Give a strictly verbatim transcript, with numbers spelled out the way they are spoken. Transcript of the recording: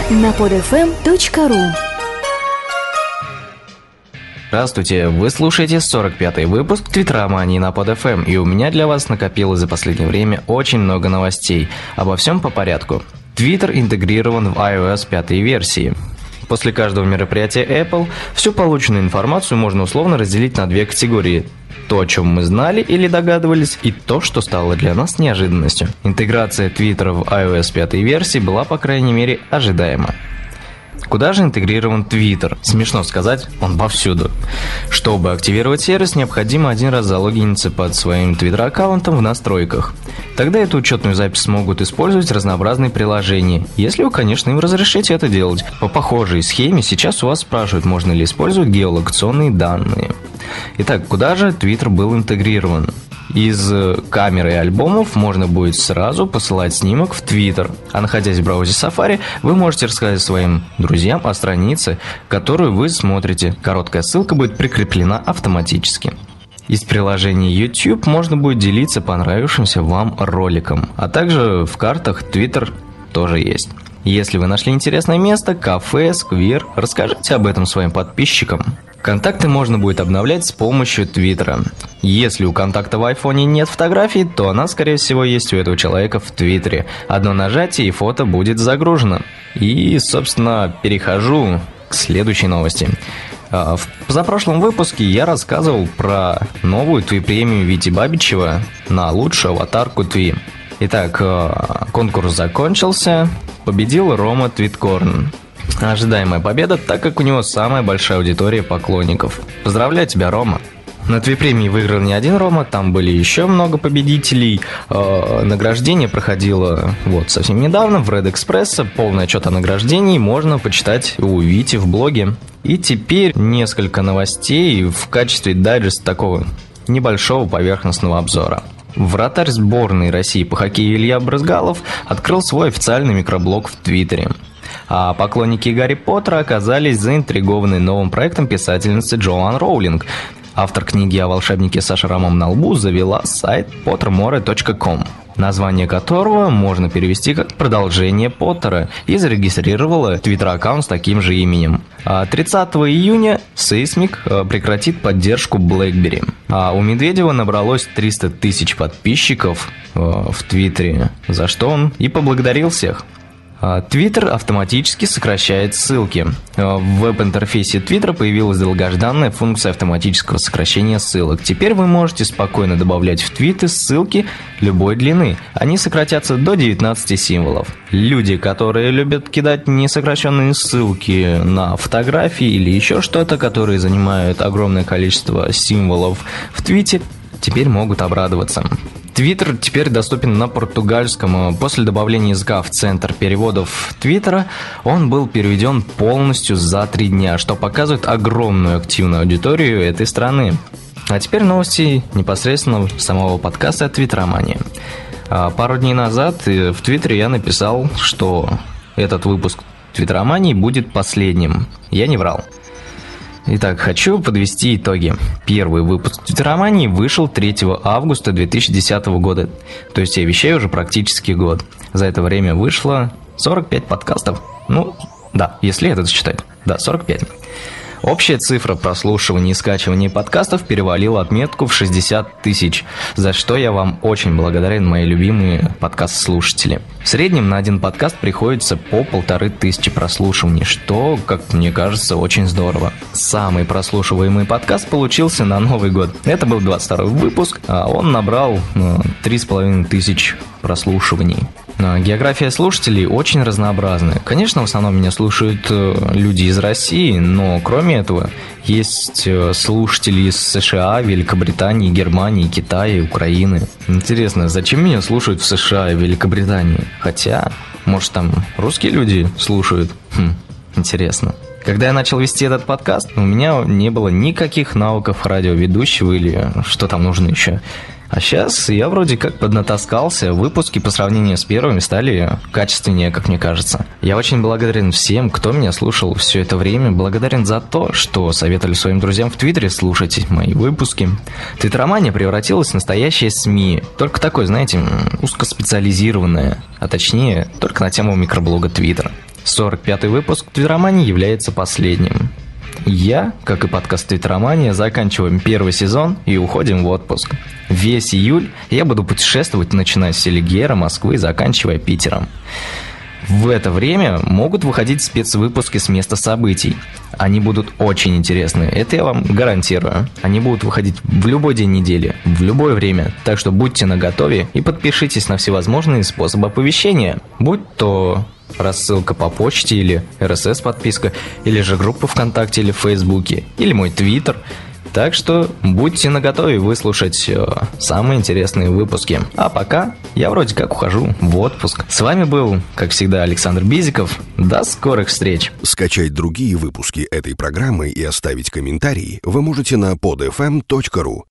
на под эф эм точка ру. Здравствуйте, вы слушаете сорок пятый выпуск Твиттеромании на под эф эм, и у меня для вас накопилось за последнее время очень много новостей. Обо всем по порядку. Твиттер интегрирован в iOS пятой версии. После каждого мероприятия Apple всю полученную информацию можно условно разделить на две категории. То, о чем мы знали или догадывались, и то, что стало для нас неожиданностью. Интеграция Твиттера в iOS пятой версии была, по крайней мере, ожидаема. Куда же интегрирован Twitter? Смешно сказать, он повсюду. Чтобы активировать сервис, необходимо один раз залогиниться под своим Twitter-аккаунтом в настройках. Тогда эту учетную запись смогут использовать разнообразные приложения, если вы, конечно, им разрешите это делать. По похожей схеме сейчас у вас спрашивают, можно ли использовать геолокационные данные. Итак, куда же Twitter был интегрирован? Из камеры и альбомов можно будет сразу посылать снимок в Twitter, а находясь в браузере Safari, вы можете рассказать своим друзьям о странице, которую вы смотрите. Короткая ссылка будет прикреплена автоматически. Из приложения YouTube можно будет делиться понравившимся вам роликом, а также в картах Twitter тоже есть. Если вы нашли интересное место, кафе, сквер, расскажите об этом своим подписчикам. Контакты можно будет обновлять с помощью Твиттера. Если у контакта в айфоне нет фотографии, то она, скорее всего, есть у этого человека в Твиттере. Одно нажатие, и фото будет загружено. И, собственно, перехожу к следующей новости. В позапрошлом выпуске я рассказывал про новую Тви-премию Вити Бабичева на лучшую аватарку Тви. Итак, конкурс закончился. Победил Рома Твиткорн. Ожидаемая победа, так как у него самая большая аудитория поклонников. Поздравляю тебя, Рома! На Тви-премии выиграл не один Рома, там были еще много победителей. Э, награждение проходило вот совсем недавно в Red Express. Полный отчет о награждении можно почитать у Вити в блоге. И теперь несколько новостей в качестве дайджеста такого небольшого поверхностного обзора. Вратарь сборной России по хоккею Илья Брызгалов открыл свой официальный микроблог в Твиттере. А поклонники Гарри Поттера оказались заинтригованы новым проектом писательницы Джоан Роулинг. Автор книги о волшебнике со шрамом на лбу завела сайт поттерморе точка ком, название которого можно перевести как «Продолжение Поттера», и зарегистрировала твиттер-аккаунт с таким же именем. А тридцатого июня Seismic прекратит поддержку BlackBerry. А у Медведева набралось триста тысяч подписчиков в Твиттере, за что он и поблагодарил всех. Твиттер автоматически сокращает ссылки. В веб-интерфейсе Твиттера появилась долгожданная функция автоматического сокращения ссылок. Теперь вы можете спокойно добавлять в твиты ссылки любой длины. Они сократятся до девятнадцати символов. Люди, которые любят кидать несокращенные ссылки на фотографии или еще что-то, которые занимают огромное количество символов в твите, теперь могут обрадоваться. Твиттер теперь доступен на португальском. После добавления языка в центр переводов Твиттера он был переведен полностью за три дня, что показывает огромную активную аудиторию этой страны. А теперь новости непосредственно самого подкаста Твиттеромания. Пару дней назад в Твиттере я написал, что этот выпуск Твиттеромании будет последним. Я не врал. Итак, хочу подвести итоги. Первый выпуск Твиттеромании вышел третьего августа две тысячи десятого года. То есть я вещаю уже практически год. За это время вышло сорок пять подкастов. Ну, да, если это считать. Да, сорок пять. Общая цифра прослушивания и скачивания подкастов перевалила отметку в шестьдесят тысяч, за что я вам очень благодарен, мои любимые подкаст-слушатели. В среднем на один подкаст приходится по полторы тысячи прослушиваний, что, как мне кажется, очень здорово. Самый прослушиваемый подкаст получился на Новый год. Это был двадцать второй выпуск, а он набрал три с половиной тысячи прослушиваний. География слушателей очень разнообразная. Конечно, в основном меня слушают люди из России, но кроме этого есть слушатели из США, Великобритании, Германии, Китая, Украины. Интересно, зачем меня слушают в США и Великобритании? Хотя, может, там русские люди слушают? Хм, интересно. Когда я начал вести этот подкаст, у меня не было никаких навыков радиоведущего или что там нужно еще. А сейчас я вроде как поднатаскался, выпуски по сравнению с первыми стали качественнее, как мне кажется. Я очень благодарен всем, кто меня слушал все это время, благодарен за то, что советовали своим друзьям в Твиттере слушать мои выпуски. Твиттеромания превратилась в настоящее СМИ, только такое, знаете, узкоспециализированное, а точнее, только на тему микроблога Твиттер. сорок пятый выпуск «Твитромании» является последним. Я, как и подкаст «Твитромания», заканчиваем первый сезон и уходим в отпуск. Весь июль я буду путешествовать, начиная с Селигера, Москвы, заканчивая Питером. В это время могут выходить спецвыпуски с места событий. Они будут очень интересны, это я вам гарантирую. Они будут выходить в любой день недели, в любое время, так что будьте наготове и подпишитесь на всевозможные способы оповещения. Будь то рассылка по почте или эр эс эс подписка, или же группа ВКонтакте или в Фейсбуке, или мой Твиттер. Так что будьте наготове выслушать э, самые интересные выпуски. А пока я вроде как ухожу в отпуск. С вами был, как всегда, Александр Бизиков. До скорых встреч. Скачать другие выпуски этой программы и оставить комментарии вы можете на под эф эм точка ру.